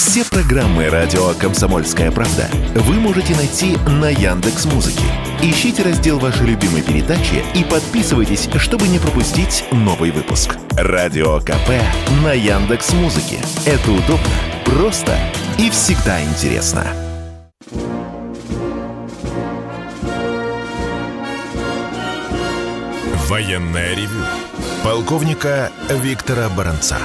Все программы радио «Комсомольская правда» вы можете найти на Яндекс.Музыке. Ищите раздел вашей любимой передачи и подписывайтесь, чтобы не пропустить новый выпуск. Радио КП на Яндекс.Музыке. Это удобно, просто и всегда интересно. Военное ревю полковника Виктора Баранца.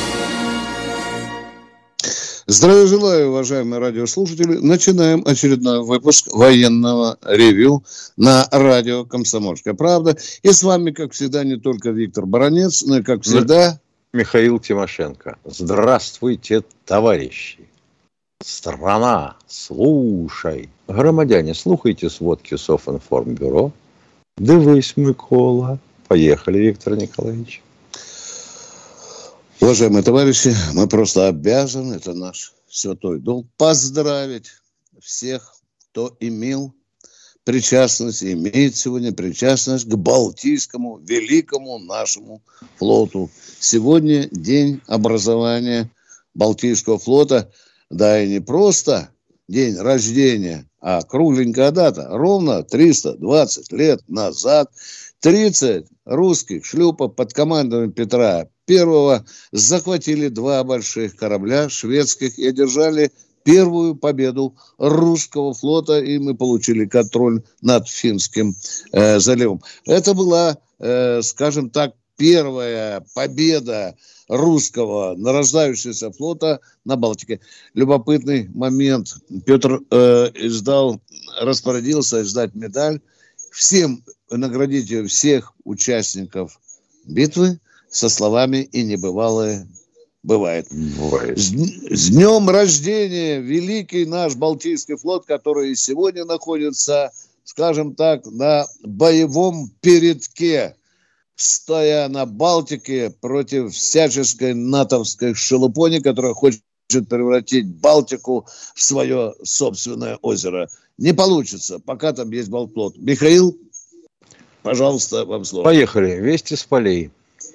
Здравия желаю, уважаемые радиослушатели. Начинаем очередной выпуск военного ревью на радио «Комсомольская правда». И с вами, как всегда, не только Виктор Баранец, но и, как всегда, Михаил Тимошенко. Здравствуйте, товарищи. Страна, слушай. Громадяне, слухайте сводки Софинформбюро. Дивись, Микола. Поехали, Виктор Николаевич. Уважаемые товарищи, мы просто обязаны, это наш святой долг, поздравить всех, кто имел причастность и имеет сегодня причастность к Балтийскому великому нашему флоту. Сегодня день образования Балтийского флота, да и не просто день рождения, а кругленькая дата. Ровно 320 лет назад 30 русских шлюпов под командованием Петра I захватили два больших корабля шведских и одержали первую победу русского флота, и мы получили контроль над Финским заливом. Это была, скажем так, первая победа русского нарождающегося флота на Балтике. Любопытный момент. Петр распорядился издать медаль всем, наградить всех участников битвы со словами «И небывалое бывает». С днем рождения, великий наш Балтийский флот, который сегодня находится, скажем так, на боевом передке, стоя на Балтике против всяческой натовской шелупони, которая хочет превратить Балтику в свое собственное озеро. Не получится, пока там есть Балтфлот. Михаил, пожалуйста, вам слово. Поехали. Вести с полей.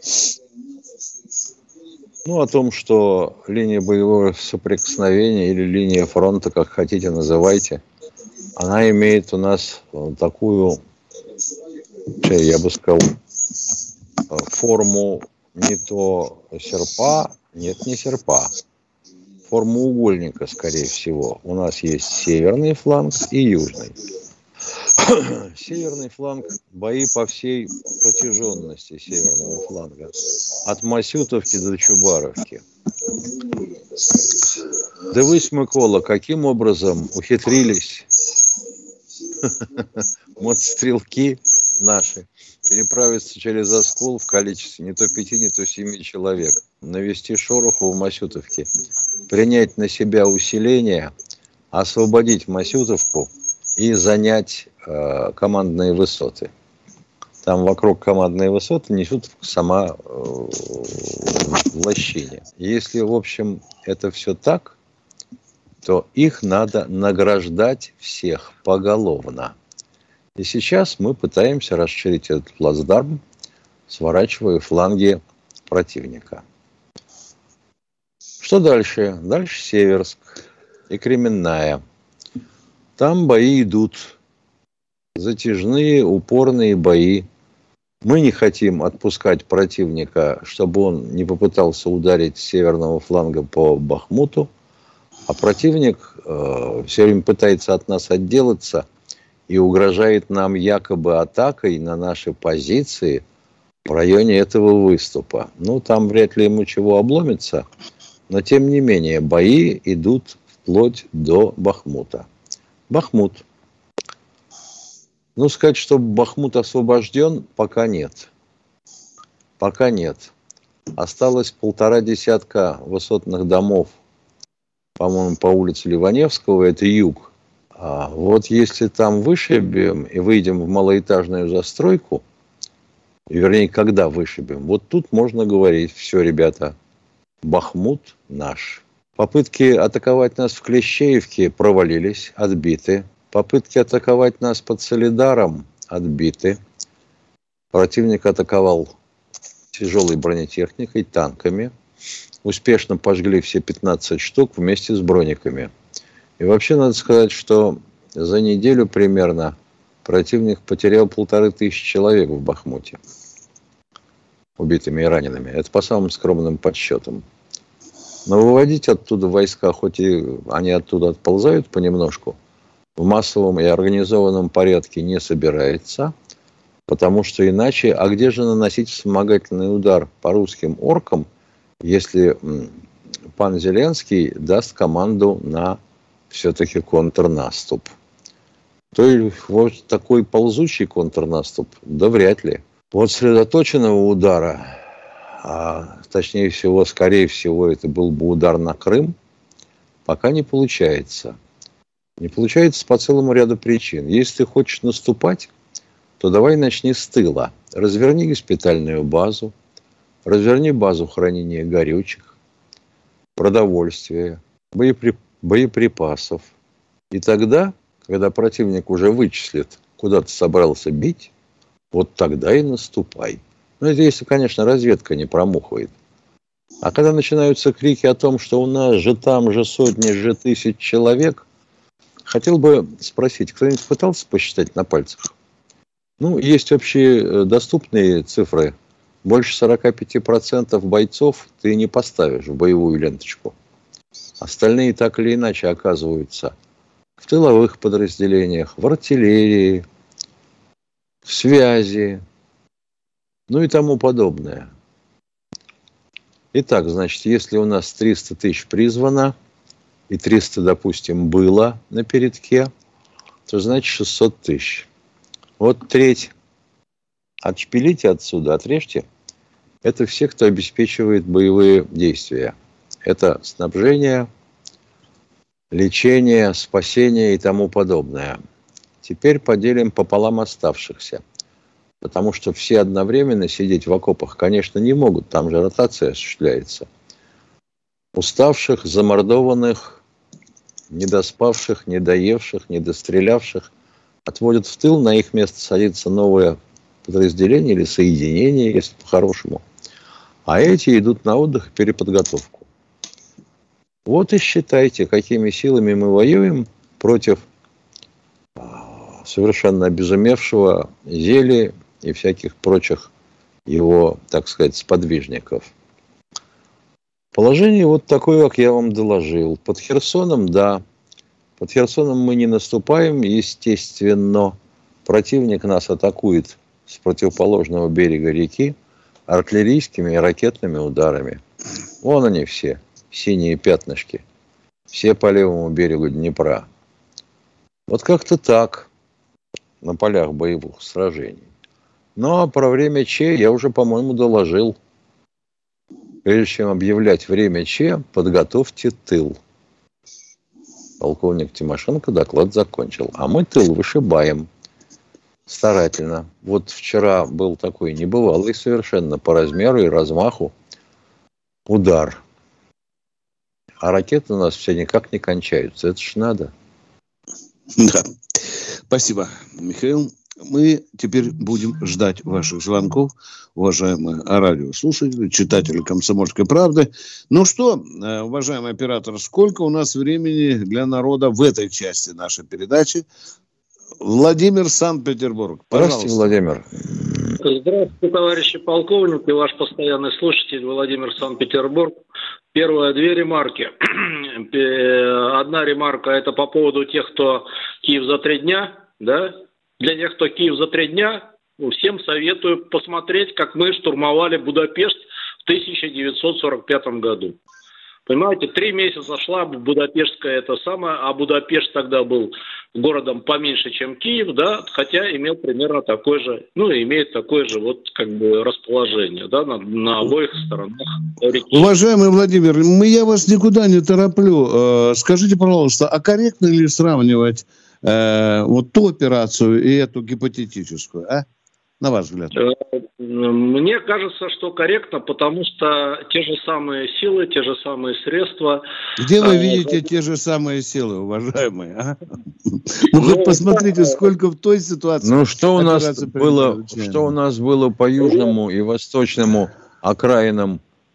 О том, что линия боевого соприкосновения или линия фронта, как хотите называйте, она имеет у нас такую, я бы сказал, форму не то серпа, нет, не серпа, форму угольника, скорее всего. У нас есть северный фланг и южный. Северный фланг, бои по всей протяженности северного фланга. От Масютовки до Чубаровки. Дивись, Микола, каким образом ухитрились мотострелки наши переправиться через Оскол в количестве не то 5, не то 7 человек, навести шороху в Масютовке, принять на себя усиление, освободить Масютовку и занять командные высоты. Там вокруг командные высоты несут сама лощине. Если, в общем, это все так, то их надо награждать всех поголовно. И сейчас мы пытаемся расширить этот плацдарм, сворачивая фланги противника. Что дальше? Дальше Северск и Кременная. Там бои идут. Затяжные, упорные бои. Мы не хотим отпускать противника, чтобы он не попытался ударить с северного фланга по Бахмуту. А противник все время пытается от нас отделаться и угрожает нам якобы атакой на наши позиции в районе этого выступа. Там вряд ли ему чего обломится, но тем не менее бои идут вплоть до Бахмута. Бахмут. Сказать, что Бахмут освобожден, пока нет. Пока нет. Осталось 1,5 десятка высотных домов, по-моему, по улице Ливаневского, это юг. А вот если там вышибем и выйдем в малоэтажную застройку, вернее, когда вышибем, вот тут можно говорить: все, ребята, Бахмут наш. Попытки атаковать нас в Клещеевке провалились, отбиты. Попытки атаковать нас под Солидаром отбиты. Противник атаковал тяжелой бронетехникой, танками. успешно пожгли все 15 штук вместе с брониками. И вообще надо сказать, что за неделю примерно противник потерял 1500 человек в Бахмуте. Убитыми и ранеными. Это по самым скромным подсчетам. Но выводить оттуда войска, хоть и они оттуда отползают понемножку, в массовом и организованном порядке не собирается, потому что иначе, а где же наносить вспомогательный удар по русским оркам, если пан Зеленский даст команду на все-таки контрнаступ? То есть вот такой ползучий контрнаступ, да вряд ли. Вот сосредоточенного удара, а точнее всего, скорее всего, это был бы удар на Крым, пока не получается. Не получается по целому ряду причин. Если ты хочешь наступать, то давай начни с тыла. Разверни госпитальную базу, разверни базу хранения горючих, продовольствия, боеприпасов. И тогда, когда противник уже вычислит, куда ты собрался бить, вот тогда и наступай. Ну, это если, конечно, разведка не промухивает. А когда начинаются крики о том, что у нас же там же сотни, же тысяч человек, хотел бы спросить, кто-нибудь пытался посчитать на пальцах? Ну, есть общие доступные цифры. Больше 45% бойцов ты не поставишь в боевую ленточку. Остальные так или иначе оказываются в тыловых подразделениях, в артиллерии, в связи, ну и тому подобное. Итак, значит, если у нас 300 тысяч призвано, и 300, допустим, было на передке, то значит 600 тысяч. Вот треть отшпилите отсюда, отрежьте. Это все, кто обеспечивает боевые действия. Это снабжение, лечение, спасение и тому подобное. Теперь поделим пополам оставшихся. Потому что все одновременно сидеть в окопах, конечно, не могут. Там же ротация осуществляется. Уставших, замордованных, недоспавших, недоевших, недострелявших отводят в тыл. На их место садится новое подразделение или соединение, если по-хорошему. А эти идут на отдых и переподготовку. Вот и считайте, какими силами мы воюем против совершенно обезумевшего Зели и всяких прочих его, так сказать, сподвижников. Положение вот такое, как я вам доложил. Под Херсоном, да. Под Херсоном мы не наступаем, естественно. Противник нас атакует с противоположного берега реки артиллерийскими и ракетными ударами. Вон они все, синие пятнышки. Все по левому берегу Днепра. Вот как-то так. На полях боевых сражений. Ну, а про время Че я уже, по-моему, доложил. Прежде чем объявлять время Че, подготовьте тыл. Полковник Тимошенко доклад закончил. А мы тыл вышибаем. Старательно. Вот вчера был такой небывалый совершенно по размеру и размаху удар. А ракеты у нас все никак не кончаются. Это ж надо. Да. Спасибо, Михаил. Мы теперь будем ждать ваших звонков, уважаемые радиослушатели, читатели «Комсомольской правды». Ну что, уважаемый оператор, сколько у нас времени для народа в этой части нашей передачи? Владимир, Санкт-Петербург. Пожалуйста. Здравствуйте, Владимир. Здравствуйте, товарищи полковники, ваш постоянный слушатель Владимир, Санкт-Петербург. Первые две ремарки. Одна ремарка – это по поводу тех, кто Киев за 3 дня, да? Для тех, кто Киев за 3 дня, всем советую посмотреть, как мы штурмовали Будапешт в 1945 году. Понимаете, 3 месяца шла Будапештская это самое, а Будапешт тогда был городом поменьше, чем Киев, да, хотя имел примерно такое же, ну, имеет такое же вот как бы расположение, да, на обоих сторонах реки. Уважаемый Владимир, я вас никуда не тороплю. Скажите, пожалуйста, а корректно ли сравнивать вот ту операцию и эту гипотетическую, а? На ваш взгляд? Мне кажется, что корректно, потому что те же самые силы, те же самые средства. Где вы видите те же самые силы, уважаемые? А? Ну, хоть посмотрите, сколько в той ситуации. Ну, что у нас было по южному и восточному окраинам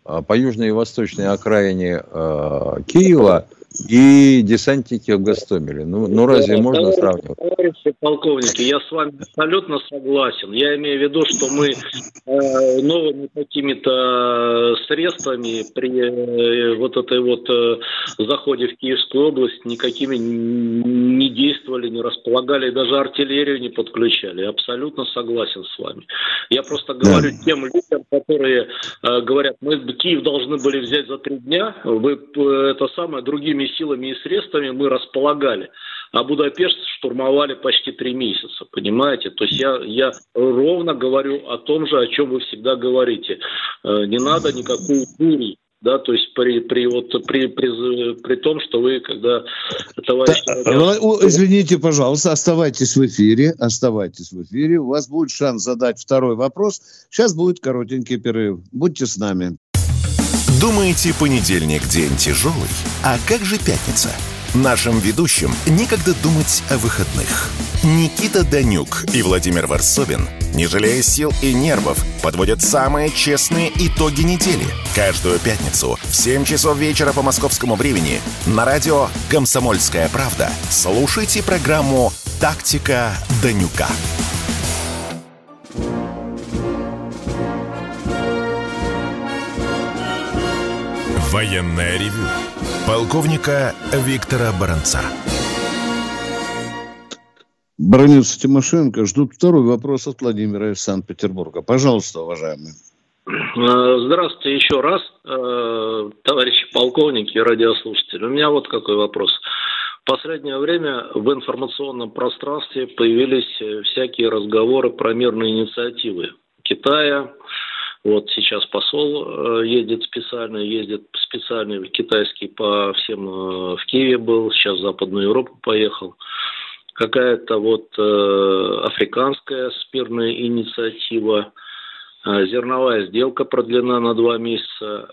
по южной и восточной окраине Киева и десантники в Гостомеле. Ну разве можно сравнивать? Товарищи полковники, я с вами абсолютно согласен. Я имею в виду, что мы новыми какими-то средствами при вот этой вот заходе в Киевскую область никакими не действовали, не располагали, и даже артиллерию не подключали. Абсолютно согласен с вами. Я просто говорю тем людям, которые говорят, мы Киев должны были взять за 3 дня, вы это самое другими силами и средствами мы располагали, а Будапешт штурмовали почти 3 месяца, понимаете? То есть я ровно говорю о том же, о чем вы всегда говорите. Не надо никакой дури, да, то есть при том, что вы, когда товарищи... Извините, пожалуйста, оставайтесь в эфире, у вас будет шанс задать второй вопрос. Сейчас будет коротенький перерыв. Будьте с нами. Думаете, понедельник день тяжелый? А как же пятница? Нашим ведущим некогда думать о выходных. Никита Данюк и Владимир Варсобин, не жалея сил и нервов, подводят самые честные итоги недели. Каждую пятницу в 7 часов вечера по московскому времени на радио «Комсомольская правда» слушайте программу «Тактика Данюка». Военное ревю полковника Виктора Баранца. Бронился Тимошенко. Ждут второй вопрос от Владимира из Санкт-Петербурга. Пожалуйста, уважаемый. Здравствуйте еще раз, товарищи полковники и радиослушатели. У меня вот какой вопрос. В последнее время в информационном пространстве появились всякие разговоры про мирные инициативы Китая. Вот сейчас посол ездит специальный китайский по всем, в Киеве был, сейчас в Западную Европу поехал. Какая-то вот африканская мирная инициатива, зерновая сделка продлена на 2 месяца.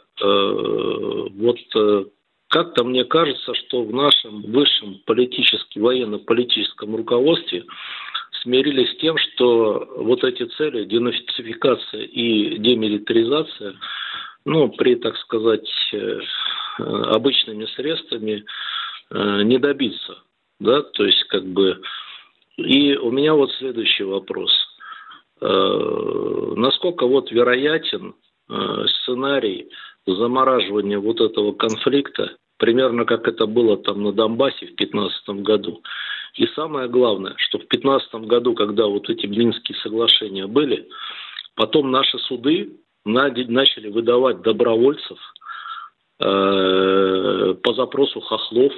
Как-то мне кажется, что в нашем высшем военно-политическом руководстве смирились с тем, что вот эти цели, денацификация и демилитаризация, при, так сказать, обычными средствами не добиться, да, то есть и у меня вот следующий вопрос. Насколько вероятен сценарий замораживания вот этого конфликта, примерно как это было там на Донбассе в 2015 году. И самое главное, что в 2015 году, когда вот эти Минские соглашения были, потом наши суды начали выдавать добровольцев по запросу хохлов,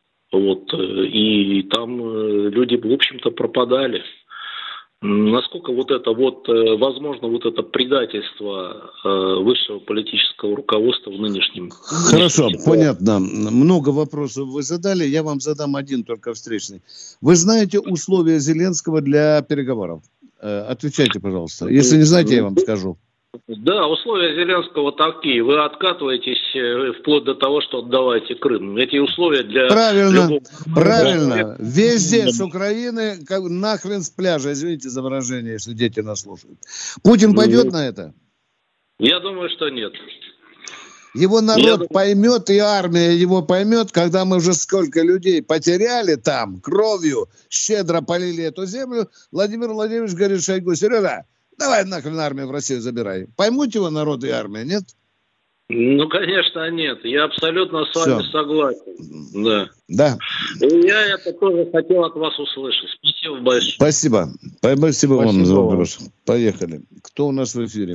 и там люди, в общем-то, пропадали. Насколько возможно это предательство высшего политического руководства в нынешнем... Хорошо, понятно. Много вопросов вы задали. Я вам задам один только встречный. Вы знаете условия Зеленского для переговоров? Отвечайте, пожалуйста. Если не знаете, я вам скажу. Да, условия Зеленского такие. Вы откатываетесь вплоть до того, что отдаваете Крым. Эти условия для... Правильно. Везде с Украины нахрен с пляжа. Извините за выражение, если дети нас слушают. Путин пойдет на это? Я думаю, что нет. Его народ поймет, и армия его поймет, когда мы уже сколько людей потеряли там, кровью, щедро полили эту землю. Владимир Владимирович говорит Шойгу: Серега, давай нахрен армию в Россию забирай. Поймут его народ и армия, нет? Конечно, нет. Я абсолютно с вами согласен. Да. И я это тоже хотел от вас услышать. Спасибо большое. Спасибо вам за вопрос. Поехали. Кто у нас в эфире?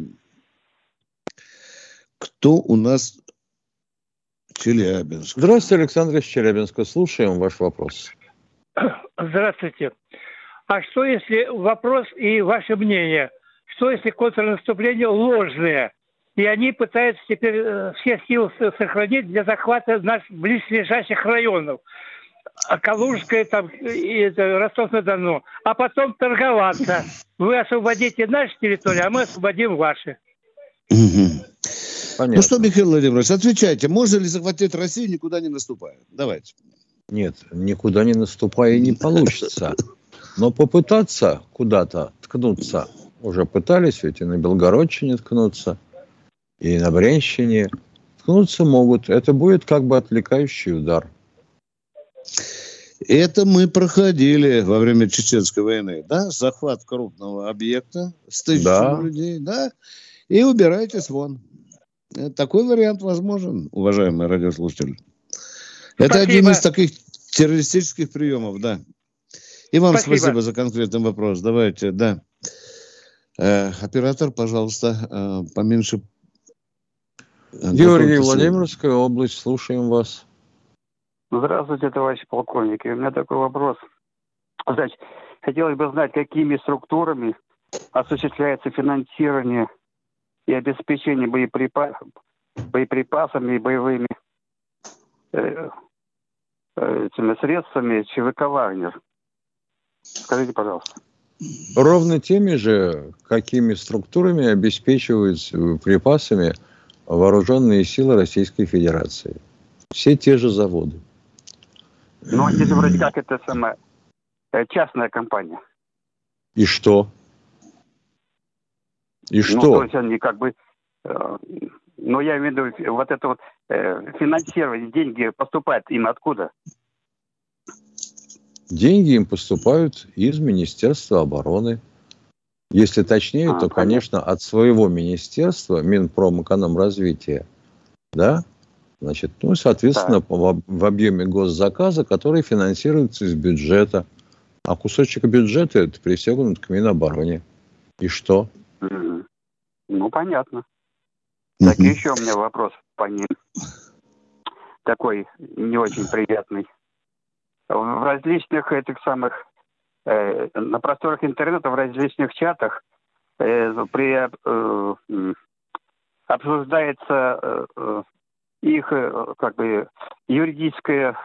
Кто у нас? Челябинск. Здравствуйте, Александр из Челябинска. Слушаем ваш вопрос. Здравствуйте. А что если вопрос и ваше мнение? Что если контрнаступление ложное? И они пытаются теперь все силы сохранить для захвата наших близлежащих районов. Калужская, там, и Ростов-на-Дону. А потом торговаться. Вы освободите наши территории, а мы освободим ваши. Понятно. Ну что, Михаил Владимирович, отвечайте. Можно ли захватить Россию, никуда не наступая? Давайте. Нет, никуда не наступая не получится. Но попытаться куда-то ткнуться, уже пытались ведь и на Белгородчине ткнуться, и на Брянщине ткнуться могут. Это будет как бы отвлекающий удар. Это мы проходили во время Чеченской войны, да? Захват крупного объекта с тысячами людей, да? И убирайтесь вон. Такой вариант возможен, уважаемые радиослушатели. Это один из таких террористических приемов, да. И вам спасибо за конкретный вопрос. Давайте, да. Оператор, пожалуйста, поменьше. Георгий, Владимирская область, слушаем вас. Здравствуйте, товарищи полковники. У меня такой вопрос. Значит, хотелось бы знать, какими структурами осуществляется финансирование и обеспечение боеприпасами и боевыми этими средствами ЧВК «Вагнер». Скажите, пожалуйста. Ровно теми же, какими структурами обеспечиваются припасами вооруженные силы Российской Федерации. Все те же заводы. Ну, здесь вроде как это самая частная компания. И что? И что? Ну, то есть они как бы... Ну, я имею в виду, вот это вот финансирование, деньги поступают им откуда? Деньги им поступают из Министерства обороны. Если точнее, то, конечно, от своего министерства, Минпромэкономразвития, да? Значит, ну, соответственно, в объеме госзаказа, который финансируется из бюджета. А кусочек бюджета это присягнут к Минобороне. И что? Ну, понятно. Так, еще у меня вопрос по ним. Такой не очень приятный. В различных этих самых, на просторах интернета, в различных чатах обсуждается их как бы юридическое,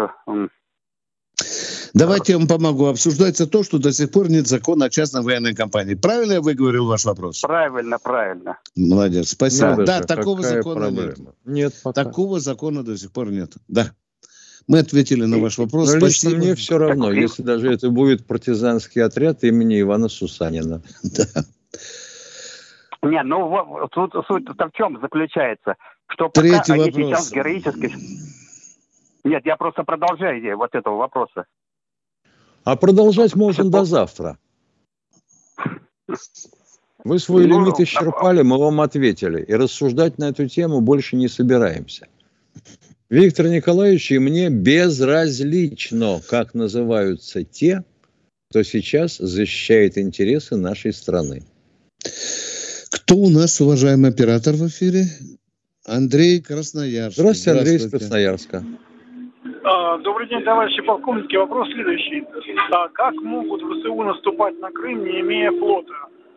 Давайте я вам помогу. Обсуждается то, что до сих пор нет закона о частной военной компании. Правильно я выговорил ваш вопрос? Правильно. Молодец, спасибо. Надо да, же, такого закона проблема? нет. Нет, пока. Такого закона до сих пор нет. Да. Мы ответили на ваш вопрос. Но Спасибо. лично мне все равно, если даже это будет партизанский отряд имени Ивана Сусанина. Да. Не, ну суть-то в чем заключается? Что Третий пока они вопрос. сейчас героически... Нет, я просто продолжаю идею вот этого вопроса. А продолжать можно до завтра. Вы свой лимит исчерпали, мы вам ответили. И рассуждать на эту тему больше не собираемся. Виктор Николаевич, и мне безразлично, как называются те, кто сейчас защищает интересы нашей страны. Кто у нас, уважаемый оператор, в эфире? Андрей Красноярск. Здравствуйте, Андрей из Красноярска. Добрый день, товарищи полковники. Вопрос следующий. Как могут ВСУ наступать на Крым, не имея флота?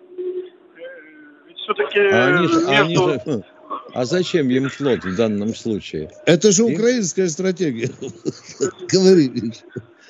Ведь все-таки... А зачем им флот в данном случае? Это же украинская стратегия. Говори, Миша.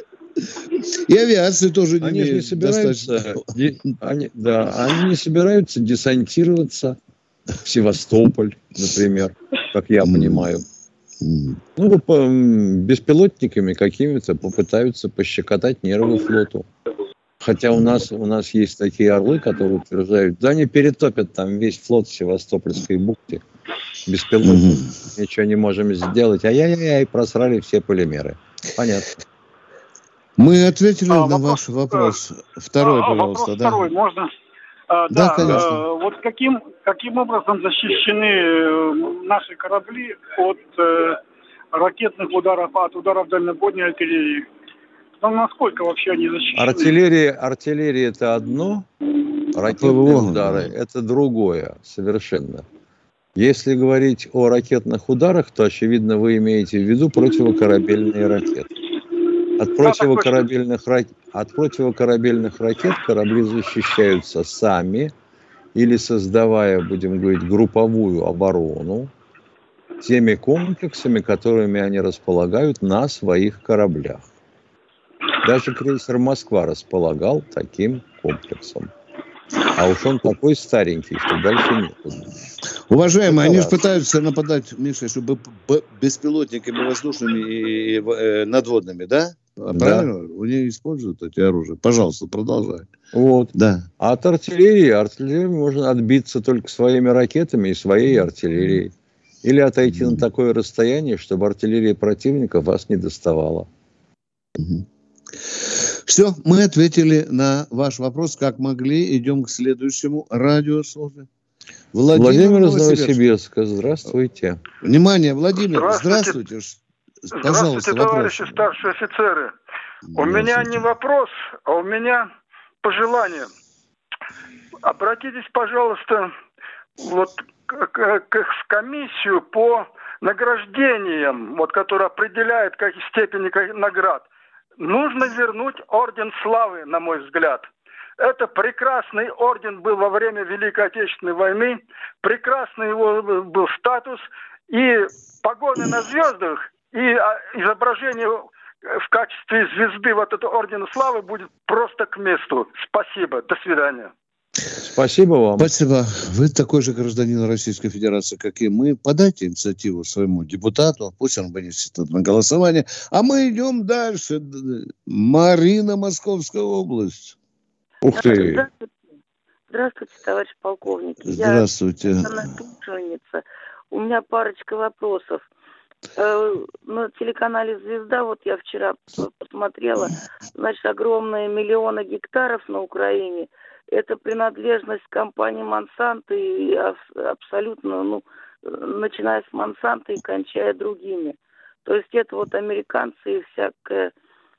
И авиации тоже не имеют. Они не собираются... Они не собираются десантироваться в Севастополь, например, как я понимаю. Ну, беспилотниками какими-то попытаются пощекотать нервы флоту. Хотя у нас есть такие орлы, которые утверждают, да они перетопят там весь флот в Севастопольской бухте. Беспилотниками. Ничего не можем сделать. Ай-яй-яй, просрали все полимеры. Понятно. Мы ответили на ваш вопрос. Второй, пожалуйста. Вопрос второй, можно? Да, конечно. Вот каким образом защищены наши корабли от ракетных ударов, от ударов дальнобойной артиллерии? Ну, насколько вообще они защищены? Артиллерия это одно, ракетные удары это другое совершенно. Если говорить о ракетных ударах, то, очевидно, вы имеете в виду противокорабельные ракеты. От противокорабельных ракет корабли защищаются сами или создавая, будем говорить, групповую оборону теми комплексами, которыми они располагают на своих кораблях. Даже крейсер «Москва» располагал таким комплексом. А уж он такой старенький, что дальше нет. Уважаемые, они же пытаются нападать, Миша, чтобы беспилотниками воздушными и надводными, да? Правильно? У них используют эти оружия. Пожалуйста, продолжай. Вот. Да. А от артиллерии можно отбиться только своими ракетами и своей артиллерией. Или отойти на такое расстояние, чтобы артиллерия противника вас не доставала. Все, мы ответили на ваш вопрос, как могли. Идем к следующему радиослову. Владимир из Новосибирска. Здравствуйте. Внимание, Владимир, здравствуйте. Пожалуйста, товарищи старшие офицеры. У меня не вопрос, а у меня пожелание. Обратитесь, пожалуйста, вот в комиссию по награждениям, вот, которая определяет какие степени наград. Нужно вернуть орден славы, на мой взгляд. Это прекрасный орден был во время Великой Отечественной войны, прекрасный его был статус, и погоны на звездах, и изображение в качестве звезды вот этого ордена славы будет просто к месту. Спасибо. До свидания. Спасибо вам. Спасибо. Вы такой же гражданин Российской Федерации, как и мы. Подайте инициативу своему депутату, пусть он вынесет это на голосование. А мы идем дальше. Марина, Московская область. Ух ты. Здравствуйте, товарищ полковник. Здравствуйте. Я у меня парочка вопросов. На телеканале «Звезда», вот я вчера посмотрела, значит, огромные миллионы гектаров на Украине. Это принадлежность компании «Монсанто» и абсолютно, начиная с «Монсанто» и кончая другими. То есть это вот американцы и всякое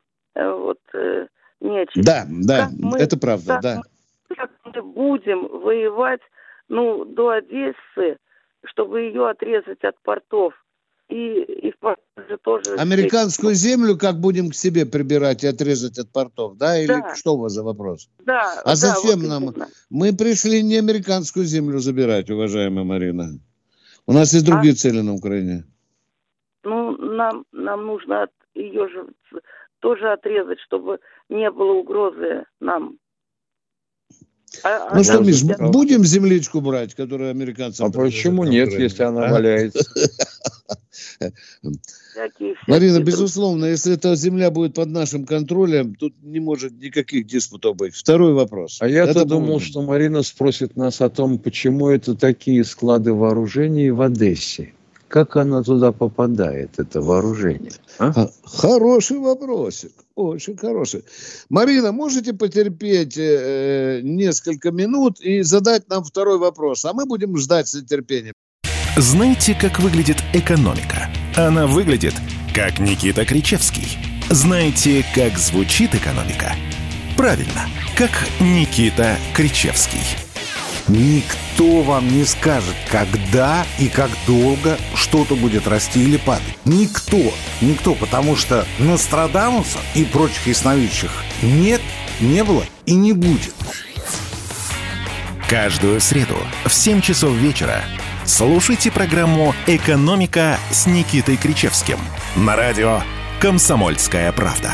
нечисть. Да, это правда, да. Как мы будем воевать, до Одессы, чтобы ее отрезать от портов? И в порты тоже... Американскую землю как будем к себе прибирать и отрезать от портов, да? Или что у вас за вопрос? Да. А зачем нам? Мы пришли не американскую землю забирать, уважаемая Марина. У нас есть другие цели на Украине. Нам нужно ее же тоже отрезать, чтобы не было угрозы нам. Миш, будем земличку брать, которую американцам... А почему нет, если она валяется? Марина, безусловно, если эта земля будет под нашим контролем, тут не может никаких диспутов быть. Второй вопрос. А я-то думал, что Марина спросит нас о том, почему это такие склады вооружений в Одессе. Как она туда попадает, это вооружение? Хороший вопросик. Очень хороший. Марина, можете потерпеть несколько минут и задать нам второй вопрос? А мы будем ждать с нетерпением. Знаете, как выглядит экономика? Она выглядит, как Никита Кричевский. Знаете, как звучит экономика? Правильно, как Никита Кричевский. Никто вам не скажет, когда и как долго что-то будет расти или падать. Никто, потому что Нострадамуса и прочих ясновидящих нет, не было и не будет. Каждую среду в 7 часов вечера слушайте программу «Экономика» с Никитой Кричевским на радио «Комсомольская правда».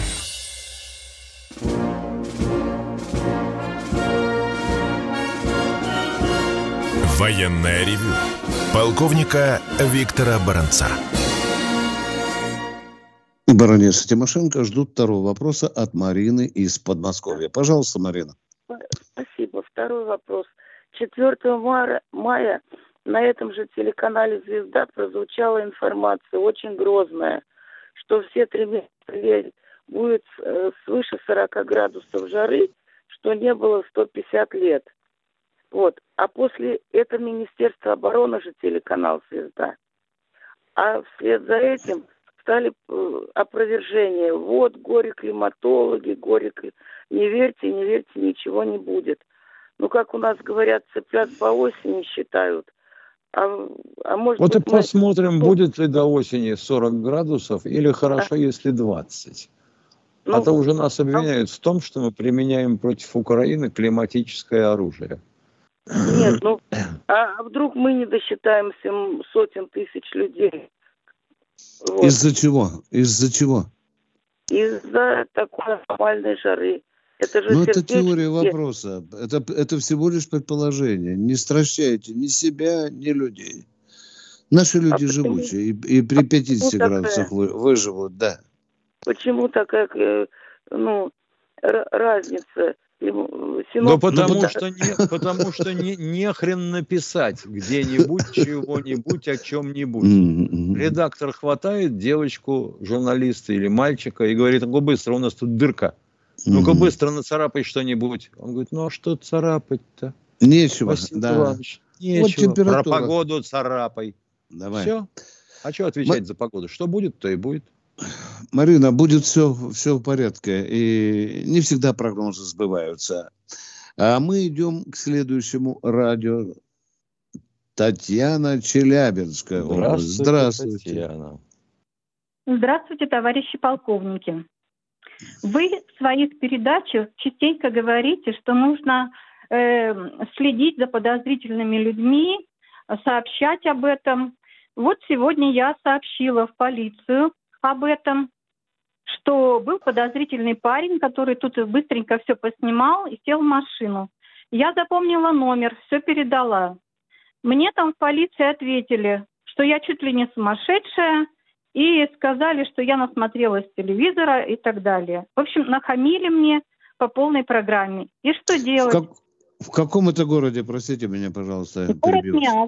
Военное ревю полковника Виктора Баранца. Баронесса Тимошенко ждут второго вопроса от Марины из Подмосковья. Пожалуйста, Марина. Спасибо. Второй вопрос. 4 мая на этом же телеканале «Звезда» прозвучала информация очень грозная, что все 3 месяца будет свыше 40 градусов жары, что не было 150 лет. Вот. А после этого Министерство обороны же телеканал «Звезда». А вслед за этим стали опровержения. Вот, горе-климатологи, не верьте, ничего не будет. Как у нас говорят, цыплят по осени считают. А может вот быть, и посмотрим, будет ли до осени 40 градусов или хорошо, если 20. А то уже нас обвиняют в том, что мы применяем против Украины климатическое оружие. Нет, а вдруг мы не досчитаемся сотен тысяч людей? Вот. Из-за чего? Из-за такой аномальной жары. Это же это теория вопроса. Это всего лишь предположение. Не стращайте ни себя, ни людей. Наши люди живучие. И при 50 градусах выживут, да. Почему такая, разница? Ну, потому что не хрен написать где-нибудь чего-нибудь о чем-нибудь. Редактор хватает девочку, журналиста или мальчика и говорит: ну быстро, у нас тут дырка. Ну-ка быстро нацарапай что-нибудь. Он говорит: ну а что царапать-то? Нечего, Василий да. Иванович, нечего. Вот про погоду царапай. Давай. Все. А что отвечать за погоду? Что будет, то и будет. Марина, будет все в порядке. И не всегда прогнозы сбываются. А мы идем к следующему радио. Татьяна, Челябинская область. Здравствуйте. Татьяна. Здравствуйте, товарищи полковники. Вы в своих передачах частенько говорите, что нужно следить за подозрительными людьми, сообщать об этом. Вот сегодня я сообщила в полицию об этом, что был подозрительный парень, который тут быстренько все поснимал и сел в машину. Я запомнила номер, все передала. Мне там в полиции ответили, что я чуть ли не сумасшедшая, и сказали, что я насмотрелась телевизора и так далее. В общем, нахамили мне по полной программе. И что делать? В каком это городе, простите меня, пожалуйста, город Миасс.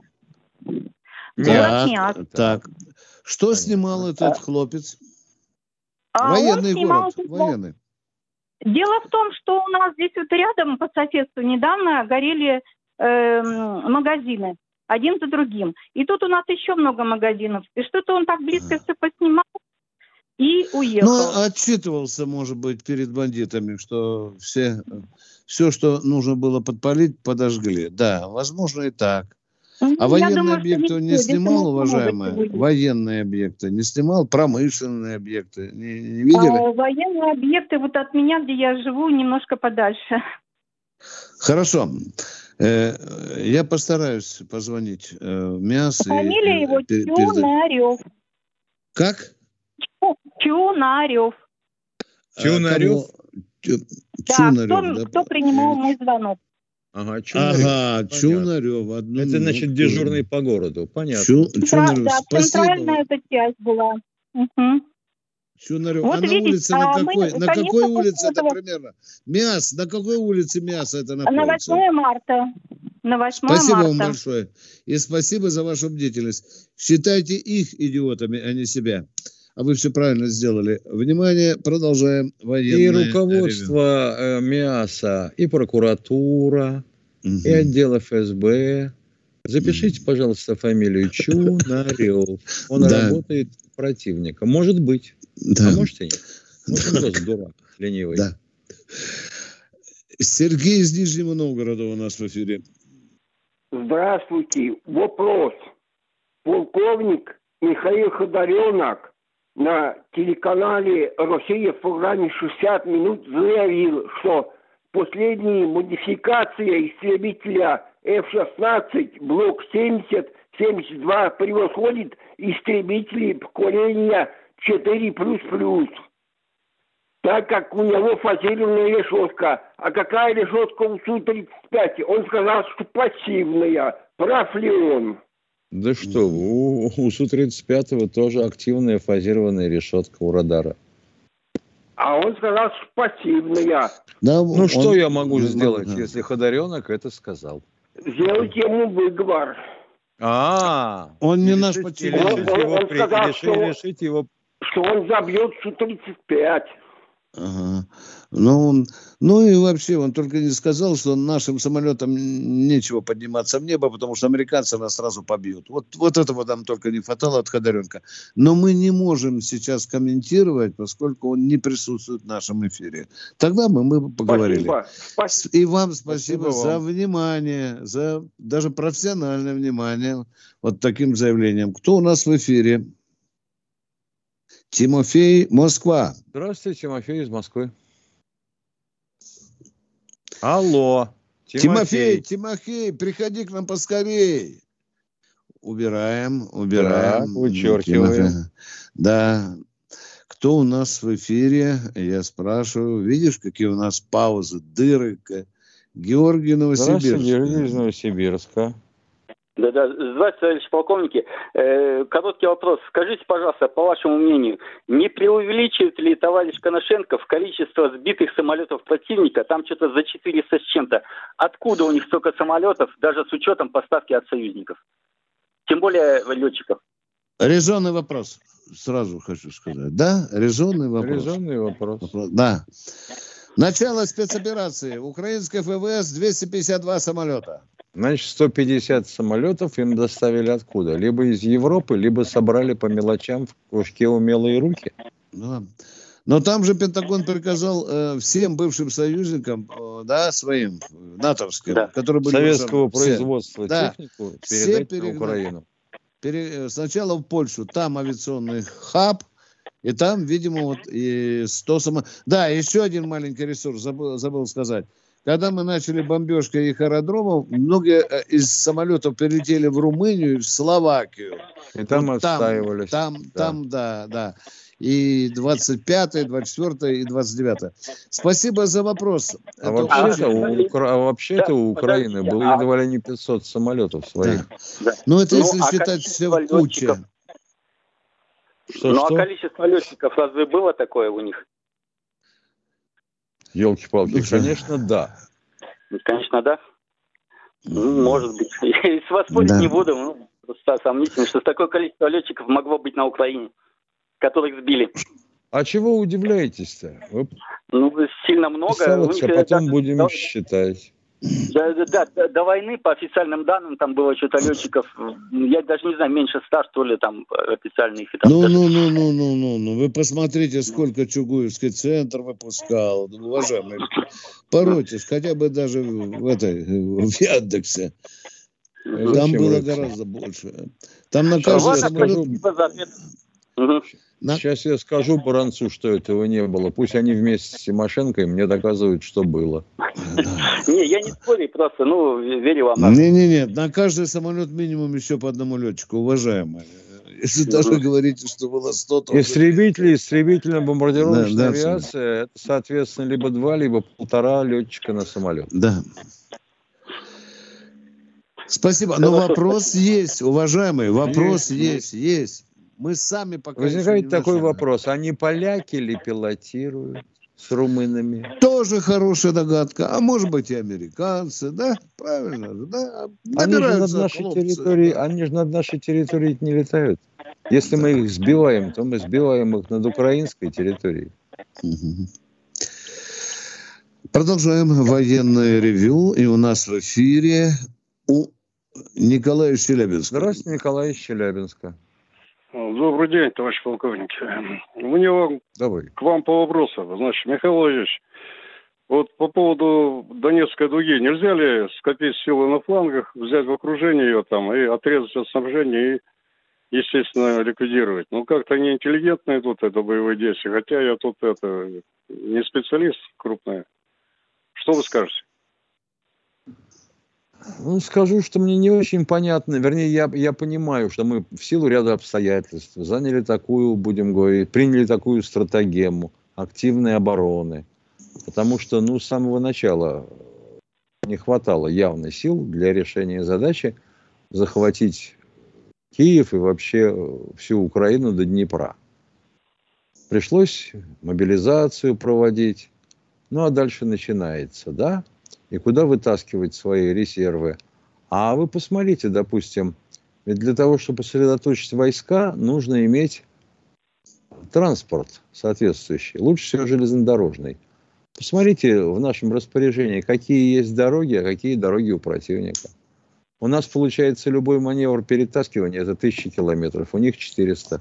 Город Миасс. Так. Что снимал этот хлопец? Военный город. Военный. Дело в том, что у нас здесь вот рядом по соседству недавно горели магазины. Один за другим. И тут у нас еще много магазинов. И что-то он так близко все поснимал и уехал. Ну, отчитывался, может быть, перед бандитами, что все, что нужно было подпалить, подожгли. Да, возможно и так. А военные объекты он не снимал, уважаемые? Военные объекты не снимал? Промышленные объекты не видели? Военные объекты вот от меня, где я живу, немножко подальше. Хорошо. Я постараюсь позвонить в МИАС. Фамилия его Чунарев. Как? Чунарев. Чунарев? Да, кто принимал мой звонок. Ага, Чунарев. Ага, Чунарев. Это, значит, дежурный по городу. Понятно. Чунарев, да, центральная эта часть была. Угу. Чунарев. Вот а видите, на улице на какой улице это примерно? МИАС, на какой улице МИАС это находится? На 8 марта. На 8 спасибо марта. Вам большое. И спасибо за вашу бдительность. Считайте их идиотами, а не себя. А вы все правильно сделали. Внимание, продолжаем. И руководство МИАСа, и прокуратура, и отдел ФСБ. Запишите, пожалуйста, фамилию Чунарев. Он работает противником. Может быть. Да. А может и нет. Может, он тоже дурак, ленивый. Да. Сергей из Нижнего Новгорода у нас в эфире. Здравствуйте. Вопрос. Полковник Михаил Ходоренок на телеканале «Россия» в программе «60 минут» заявил, что последняя модификация истребителя F-16 Блок 70-72 превосходит истребители поколения 4++, так как у него фазированная решетка. А какая решетка у Су-35? Он сказал, что пассивная. Прав ли он? Да что, у Су-35 тоже активная фазированная решетка у радара. А он сказал, что пассивная. Да, ну, что я могу сделать, если Ходоренок это сказал? Сделать ему выговор. Он не наш пациент. Он сказал, решить его... что он забьет Су-35. Ага. Ну и вообще, он только не сказал, что нашим самолетам нечего подниматься в небо, потому что американцы нас сразу побьют. Вот этого нам только не хватало от Ходоренка. Но мы не можем сейчас комментировать, поскольку он не присутствует в нашем эфире. Тогда мы поговорили. Спасибо. И вам спасибо за внимание, за даже профессиональное внимание вот таким заявлением. Кто у нас в эфире? Тимофей, Москва. Здравствуйте, Тимофей из Москвы. Алло. Тимофей, приходи к нам поскорей. Убираем. Так, вычеркиваем. Да. Кто у нас в эфире? Я спрашиваю. Видишь, какие у нас паузы, дыры. Георгий, Новосибирск. Здравствуйте, Георгий из Новосибирска. Да, здравствуйте, товарищи полковники. Короткий вопрос. Скажите, пожалуйста, по вашему мнению, не преувеличивает ли товарищ Коношенков количество сбитых самолетов противника? Там что-то за 400 с чем-то. Откуда у них столько самолетов, даже с учетом поставки от союзников? Тем более летчиков. Резонный вопрос, сразу хочу сказать. Да, резонный вопрос. Резонный вопрос. Да. Начало спецоперации. Украинская ФВС 252 самолета. Значит, 150 самолетов им доставили откуда? Либо из Европы, либо собрали по мелочам в кружке «Умелые руки». Да. Но там же Пентагон приказал всем бывшим союзникам, да, своим, натовским, да, которые были... советского производства да, технику передать на Украину. Сначала в Польшу, там авиационный хаб, и там, видимо, вот и 100 самолетов. Да, еще один маленький ресурс, забыл сказать. Когда мы начали бомбежку их аэродромов, многие из самолетов перелетели в Румынию, в Словакию. И там вот отстаивались. Там, да. И 25-е, 24-е и 29-е. Спасибо за вопрос. Вообще-то у Украины было едва ли не 500 самолетов своих. Да. Ну, это если считать все в куче. А количество летчиков разве было такое у них? Елки-палки, конечно, да. Конечно, да. Ну, может быть. С вас спорить не буду. Просто сомнительно, что такое количество летчиков могло быть на Украине, которых сбили. А чего удивляетесь-то? Ну, сильно много. А потом будем считать. Да, до войны, по официальным данным, там было что-то летчиков, я даже не знаю, меньше 100, что ли, там официальных. Ну, вы посмотрите, сколько Чугуевский центр выпускал, уважаемые. Поройтесь, хотя бы даже в Яндексе. Там было гораздо больше. Там на каждый самолет... Сейчас я скажу Баранцу, что этого не было. Пусть они вместе с Тимошенко мне доказывают, что было. Не, я не спорю, просто, верю вам. Не, на каждый самолет минимум еще по одному летчику, уважаемые. Если даже говорите, что было 100, то... Истребительно-бомбардировочная авиация, это, соответственно, либо 2, либо 1,5 летчика на самолет. Да. Спасибо. Но вопрос есть, уважаемые, вопрос есть. Мы сами пока... Возникает такой вопрос, они поляки ли пилотируют с румынами? Тоже хорошая догадка. А может быть и американцы, да? Правильно же, да? Они же над нашей территорией не летают. Если мы их сбиваем, то мы сбиваем их над украинской территорией. Продолжаем военное ревью. И у нас в эфире Николай из Челябинска. Здравствуйте, Николай из Челябинска. Добрый день, товарищ полковник. У него к вам по вопросу. Значит, Михаил Владимирович, вот по поводу Донецкой дуги, нельзя ли скопить силы на флангах, взять в окружение ее там и отрезать от снабжения и, естественно, ликвидировать? Ну, как-то неинтеллигентно идут это боевые действия, хотя я тут не специалист крупный. Что вы скажете? Ну, скажу, что мне не очень понятно. Вернее, я понимаю, что мы в силу ряда обстоятельств заняли такую, будем говорить, приняли такую стратегему активной обороны. Потому что, с самого начала не хватало явно сил для решения задачи захватить Киев и вообще всю Украину до Днепра. Пришлось мобилизацию проводить. Ну, а дальше начинается, да? И куда вытаскивать свои резервы? А вы посмотрите, допустим, ведь для того, чтобы сосредоточить войска, нужно иметь транспорт соответствующий, лучше всего железнодорожный. Посмотрите в нашем распоряжении, какие есть дороги, а какие дороги у противника. У нас, получается, любой маневр перетаскивания – это 1000 километров, у них 400.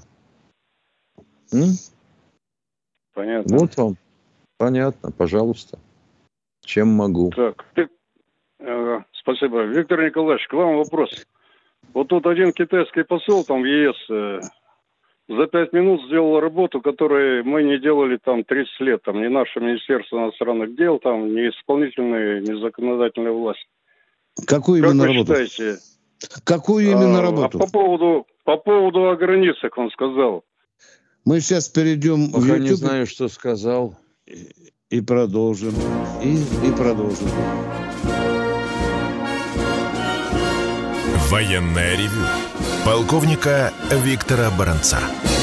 Понятно. Вот вам. Понятно, пожалуйста. Чем могу? Так, спасибо. Виктор Николаевич, к вам вопрос. Вот тут один китайский посол там в ЕС за 5 минут сделал работу, которую мы не делали там 30 лет. Там ни наше Министерство иностранных дел, там ни исполнительная, ни законодательная власть. Какую именно работу? Как вы считаете? Какую именно работу? По поводу о границах он сказал. Мы сейчас перейдем в YouTube. Не знаю, что сказал. И продолжим. И продолжим. Военное ревю полковника Виктора Баранца.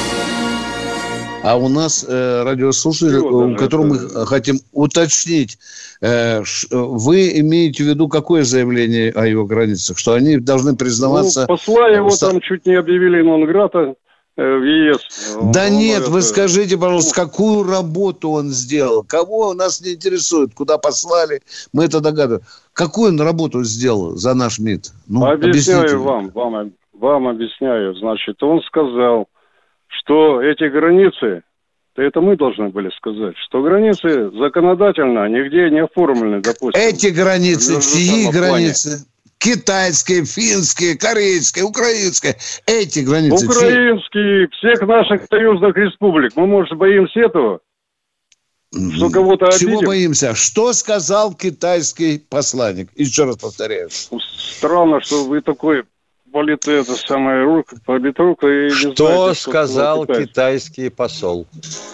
А у нас радиослушатель, у которого мы хотим уточнить, вы имеете в виду какое заявление о его границах? Что они должны признаваться... Посла его там чуть не объявили нон-грата в ЕС. Да нет, вы скажите, пожалуйста, какую работу он сделал? Кого нас не интересует? Куда послали? Мы это догадываемся. Какую он работу сделал за наш МИД? Объясняю вам объясняю. Значит, он сказал, что эти границы, это мы должны были сказать, что границы законодательно нигде не оформлены, допустим. Эти границы, чьи границы? Китайские, финские, корейские, украинские. Эти границы. Украинские, всех наших союзных республик. Мы, может, боимся этого? Что кого-то обидим? Чего боимся? Что сказал китайский посланник? Еще раз повторяю. Странно, что вы такой политрук и не что знаете, сказал китайский посол?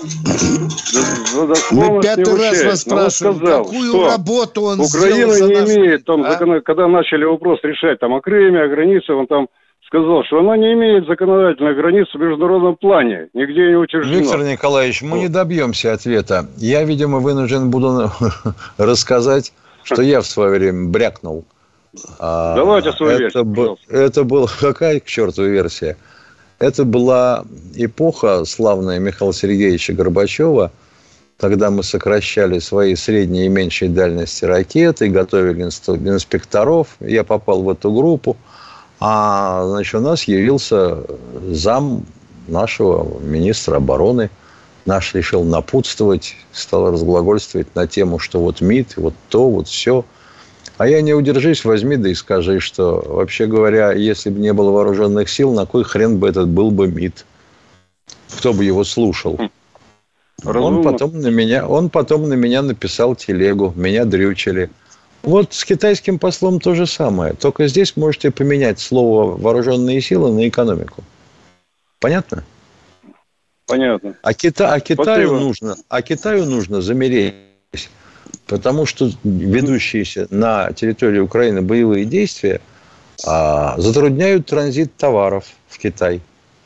Мы пятый раз вас спрашиваем, какую работу он сделал за Украина не имеет, когда начали вопрос решать там, о Крыме, о границе, он там сказал, что она не имеет законодательной границы в международном плане, нигде не утверждено. Виктор Николаевич, мы не добьемся ответа. Я, видимо, вынужден буду рассказать, что я в свое время брякнул. Давайте свою версию. Это была какая к черту версия? Это была эпоха славная Михаила Сергеевича Горбачева, когда мы сокращали свои средние и меньшие дальности ракеты, готовили инспекторов. Я попал в эту группу. Значит, у нас явился зам нашего министра обороны. Наш решил напутствовать, стал разглагольствовать на тему, что вот МИД, вот то, вот все. А я не удержись, возьми да и скажи, что, вообще говоря, если бы не было вооруженных сил, на кой хрен бы этот был бы МИД? Кто бы его слушал? Он потом на меня написал телегу, меня дрючили. Вот с китайским послом то же самое. Только здесь можете поменять слово «вооруженные силы» на «экономику». Понятно? Понятно. А Китаю нужно замереть. Потому что ведущиеся на территории Украины боевые действия затрудняют транзит товаров в Китай.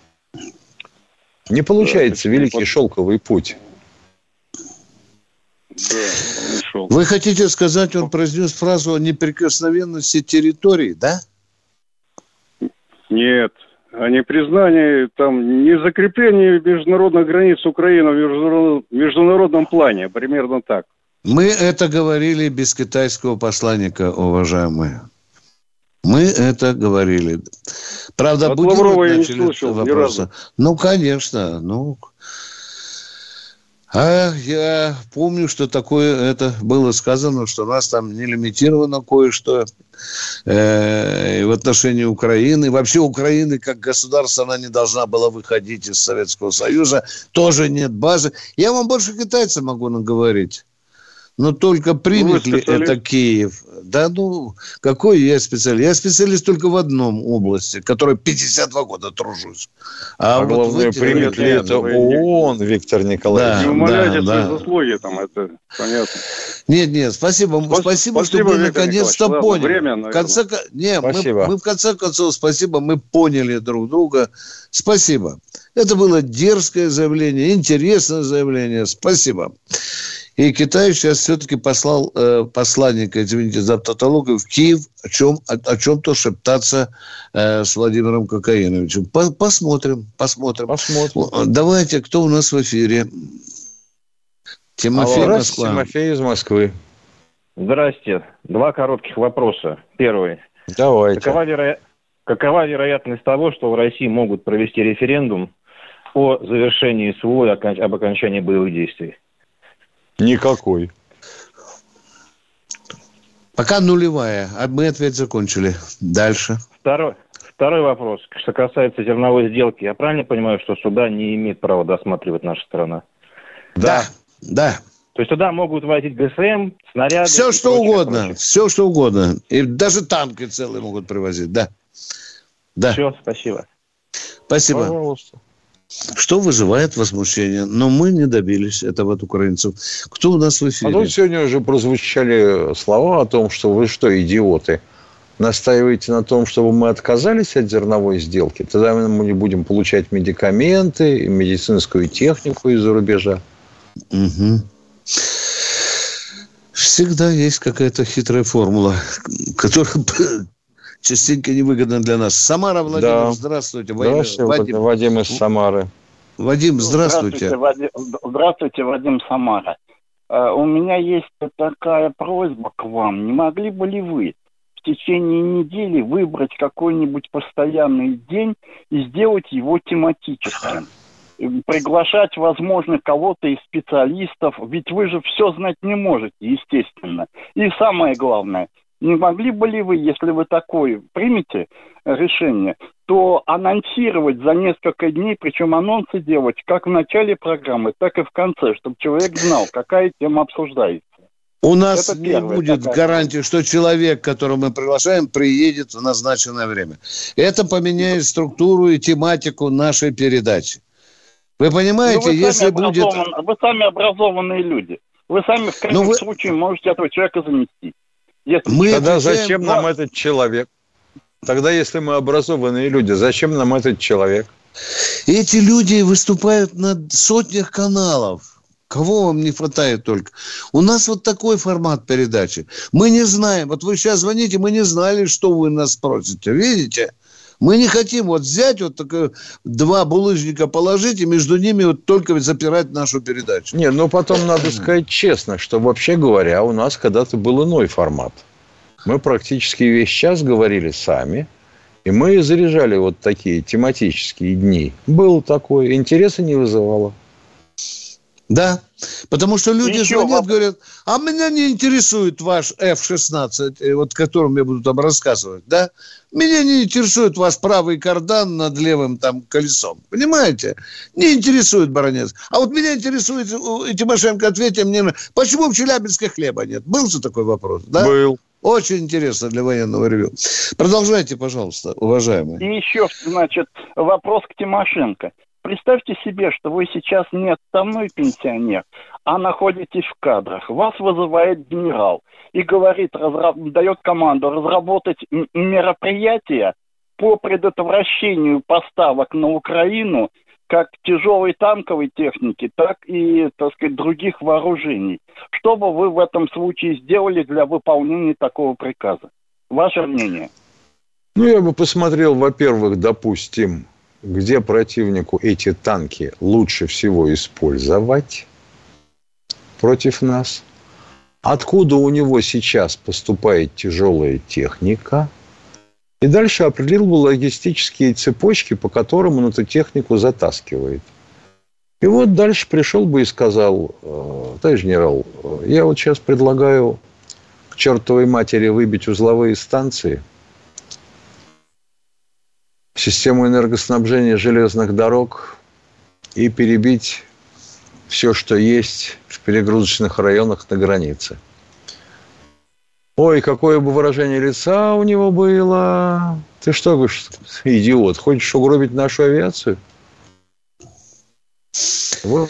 Не получается великий шелковый путь. Вы хотите сказать, он произнес фразу о неприкосновенности территории, да? Нет. О непризнании, там, не закреплении международных границ Украины в международном плане. Примерно так. Мы это говорили без китайского посланника, уважаемые. Мы это говорили. Правда, от Лаврова я не слышал ни разу. Ну, конечно. Я помню, что такое это было сказано, что у нас там не лимитировано кое-что в отношении Украины. Вообще Украины как государство, она не должна была выходить из Советского Союза. Тоже нет базы. Я вам больше китайцев могу наговорить. Но только примет ли это Киев? Да какой я специалист? Я специалист только в одном области, в которой 52 года тружусь. А главное, примет ли это ООН, Виктор Николаевич? Не умаляйте свои заслуги, там, это понятно. Нет, спасибо, что вы наконец-то поняли. Мы в конце концов, спасибо, мы поняли друг друга. Спасибо. Это было дерзкое заявление, интересное заявление. Спасибо. И Китай сейчас все-таки послал посланника, извините за тавтологию, в Киев о чем-то шептаться с Владимиром Кокаиновичем. Посмотрим. Давайте, кто у нас в эфире? Тимофей, Москва. Тимофей из Москвы. Здрасте. 2 коротких вопроса. Первый. Давайте. Какова вероятность того, что в России могут провести референдум о завершении СВО и об окончании боевых действий? Никакой. Пока нулевая. Мы ответ закончили. Дальше. Второй вопрос. Что касается зерновой сделки. Я правильно понимаю, что суда не имеет права досматривать наша страна? Да. То есть туда могут возить ГСМ, снаряды... Все, что угодно. И даже танки целые могут привозить. Да. Все, спасибо. Спасибо. Пожалуйста. Что вызывает возмущение. Но мы не добились этого от украинцев. Кто у нас в эфире? Тут сегодня уже прозвучали слова о том, что вы что, идиоты. настаиваете на том, чтобы мы отказались от зерновой сделки, тогда мы не будем получать медикаменты, медицинскую технику из-за рубежа. Угу. Всегда есть какая-то хитрая формула, которая частенько невыгодна для нас. Самара, Владимир, да. Здравствуйте. Вадим из Самары. Вадим, здравствуйте. Здравствуйте, Вадим, Самара. У меня есть такая просьба к вам. Не могли бы ли вы в течение недели выбрать какой-нибудь постоянный день и сделать его тематическим? Приглашать, возможно, кого-то из специалистов, ведь вы же все знать не можете, естественно. И самое главное, не могли бы ли вы, если вы такое примете решение, то анонсировать за несколько дней, причем анонсы делать как в начале программы, так и в конце, чтобы человек знал, какая тема обсуждается. У нас не будет гарантии, что человек, которого мы приглашаем, приедет в назначенное время. Это поменяет структуру и тематику нашей передачи. Вы понимаете, вы если будет... Вы сами образованные люди. Вы сами в крайнем случае можете этого человека занести. Тогда зачем нам этот человек? Тогда, если мы образованные люди, зачем нам этот человек? Эти люди выступают на сотнях каналов. Кого вам не хватает только? У нас вот такой формат передачи. Мы не знаем. Вот вы сейчас звоните, мы не знали, что вы нас спросите. Видите? Мы не хотим вот взять вот такое, два булыжника положить и между ними вот только запирать нашу передачу. Не, ну потом надо сказать честно, что вообще говоря, у нас когда-то был иной формат. Мы практически весь час говорили сами, и мы заряжали вот такие тематические дни. Был такой, интереса не вызывало. Да, потому что люди звонят, говорят, а меня не интересует ваш F-16, вот которым я буду там рассказывать, да? Меня не интересует ваш правый кардан над левым там колесом, понимаете? Не интересует, баронец. А вот меня интересует, и Тимошенко, ответьте мне, почему в Челябинске хлеба нет? Был же такой вопрос, да? Был. Очень интересно для военного ревю. Продолжайте, пожалуйста, уважаемые. И еще, значит, вопрос к Тимошенко. Представьте себе, что вы сейчас не отставной пенсионер, а находитесь в кадрах. Вас вызывает генерал и говорит, дает команду разработать мероприятия по предотвращению поставок на Украину как тяжелой танковой техники, так и, так сказать, других вооружений. Что бы вы в этом случае сделали для выполнения такого приказа? Ваше мнение? Ну, я бы посмотрел, во-первых, допустим, где противнику эти танки лучше всего использовать против нас, откуда у него сейчас поступает тяжелая техника, и дальше определил бы логистические цепочки, по которым он эту технику затаскивает. И вот дальше пришел бы и сказал, товарищ генерал, я вот сейчас предлагаю к чертовой матери выбить узловые станции, систему энергоснабжения железных дорог и перебить все, что есть в перегрузочных районах на границе. Ой, какое бы выражение лица у него было. Ты что, говоришь, идиот, хочешь угробить нашу авиацию? Вот.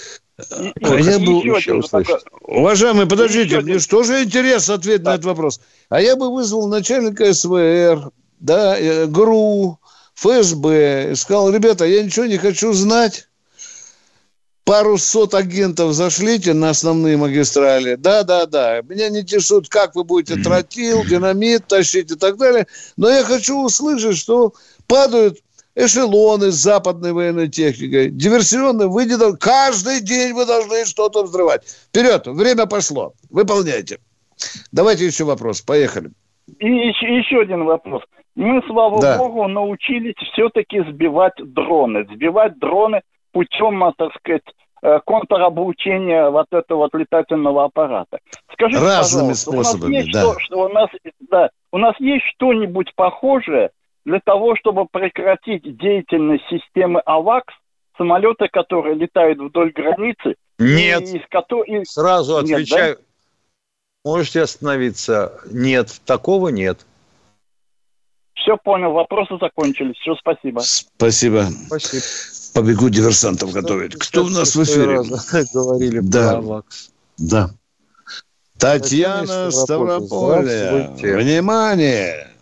Уважаемый, подождите, мне же тоже интересно ответить на этот вопрос. А я бы вызвал начальника СВР, да, ГРУ, ФСБ, и сказал, ребята, я ничего не хочу знать. Пару сот агентов зашлите на основные магистрали. Да. Меня не интересует, как вы будете тротил, динамит тащить и так далее. Но я хочу услышать, что падают эшелоны с западной военной техникой. Диверсионные выделы. Каждый день вы должны что-то взрывать. Вперед, время пошло. Выполняйте. Давайте еще вопрос. Поехали. И еще один вопрос. Мы, слава богу, научились все-таки сбивать дроны. Сбивать дроны путем, так сказать, контробучения вот этого вот летательного аппарата. Скажите, разными способами, у нас есть что-нибудь похожее для того, чтобы прекратить деятельность системы АВАКС, самолеты, которые летают вдоль границы? Нет. Сразу отвечаю. Да? Можете остановиться. Нет, такого нет. Все понял, вопросы закончились. Все, спасибо. Спасибо. Побегу диверсантов готовить. Кто у нас в эфире? Говорили про АВАКС. Да. Татьяна Ставрополья. Внимание!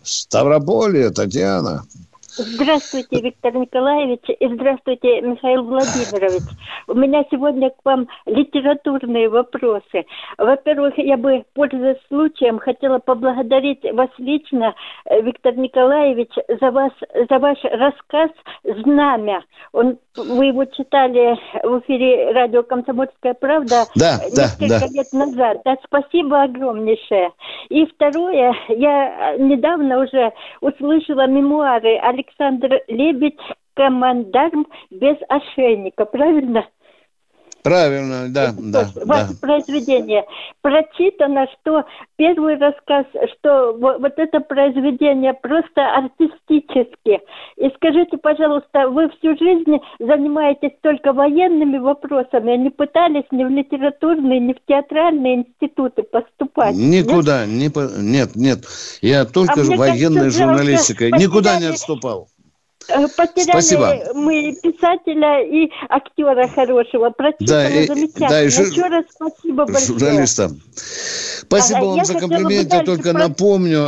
Ставрополье, Татьяна. Здравствуйте, Виктор Николаевич, и здравствуйте, Михаил Владимирович. У меня сегодня к вам литературные вопросы. Во-первых, я бы, пользуясь случаем, хотела поблагодарить вас лично, Виктор Николаевич, за ваш рассказ «Знамя». Вы его читали в эфире радио «Комсомольская правда» несколько лет назад. Да, спасибо огромнейшее. И второе, я недавно уже услышала мемуары Александр Лебедь, «Командарм без ошейника», правильно? Правильно, да. Ваше произведение. Прочитано, что первый рассказ, что вот это произведение просто артистически. И скажите, пожалуйста, вы всю жизнь занимаетесь только военными вопросами, не пытались ни в литературные, ни в театральные институты поступать? Никуда, нет. Я только военной журналистикой. Никуда не отступал. Потеряли мы писателя и актера хорошего. Прочитано замечательно. Еще раз спасибо большое. Журналистам. Спасибо вам за комплимент. Я только напомню,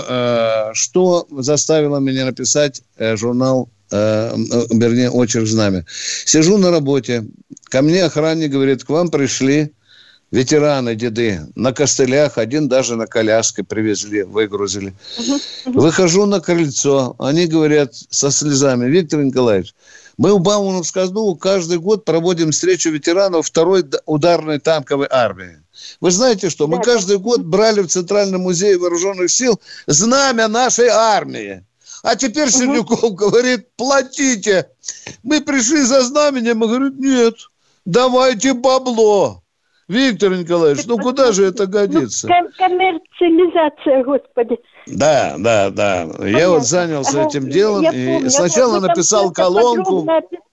что заставило меня написать журнал, вернее, очерк «Знамя». Сижу на работе. Ко мне охранник говорит: к вам пришли ветераны, деды, на костылях, один даже на коляске привезли, выгрузили. Выхожу на крыльцо, они говорят со слезами: Виктор Николаевич, мы в Бауманском саду каждый год проводим встречу ветеранов второй ударной танковой армии. Вы знаете что? Мы каждый год брали в Центральном музее вооруженных сил знамя нашей армии. А теперь Сердюков говорит: платите. Мы пришли за знаменем, и говорят: нет, давайте бабло. Виктор Николаевич, куда же это годится? Коммерциализация, господи. Да. Понятно. Я вот занялся этим делом. И сначала написал колонку.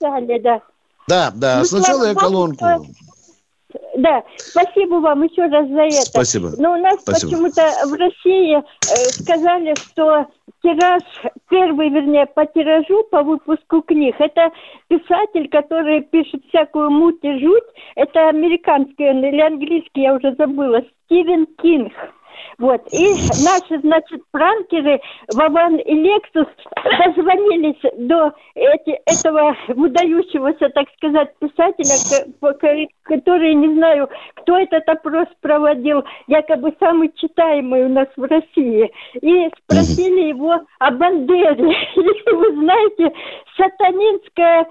Да, сначала я колонку. Да, спасибо вам еще раз за это. Спасибо. Но у нас почему-то в России сказали, что тираж, по тиражу, по выпуску книг, это писатель, который пишет всякую муть и жуть, это американский или английский, я уже забыла, Стивен Кинг. Вот. И наши, пранкеры Вован и Лексус дозвонились до этого выдающегося, так сказать, писателя, который, не знаю, кто этот опрос проводил, якобы самый читаемый у нас в России. И спросили его о Бандере. И вы знаете, сатанинская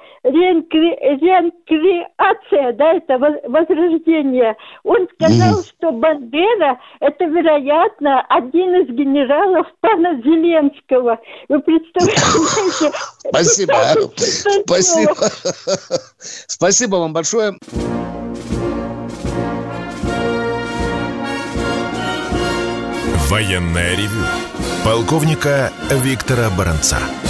реинкреация, да, это возрождение. Он сказал, что Бандера – это, вероятно, один из генералов пана Зеленского. Вы представляете? Спасибо. Спасибо вам большое. Военное ревю полковника Виктора Баранца.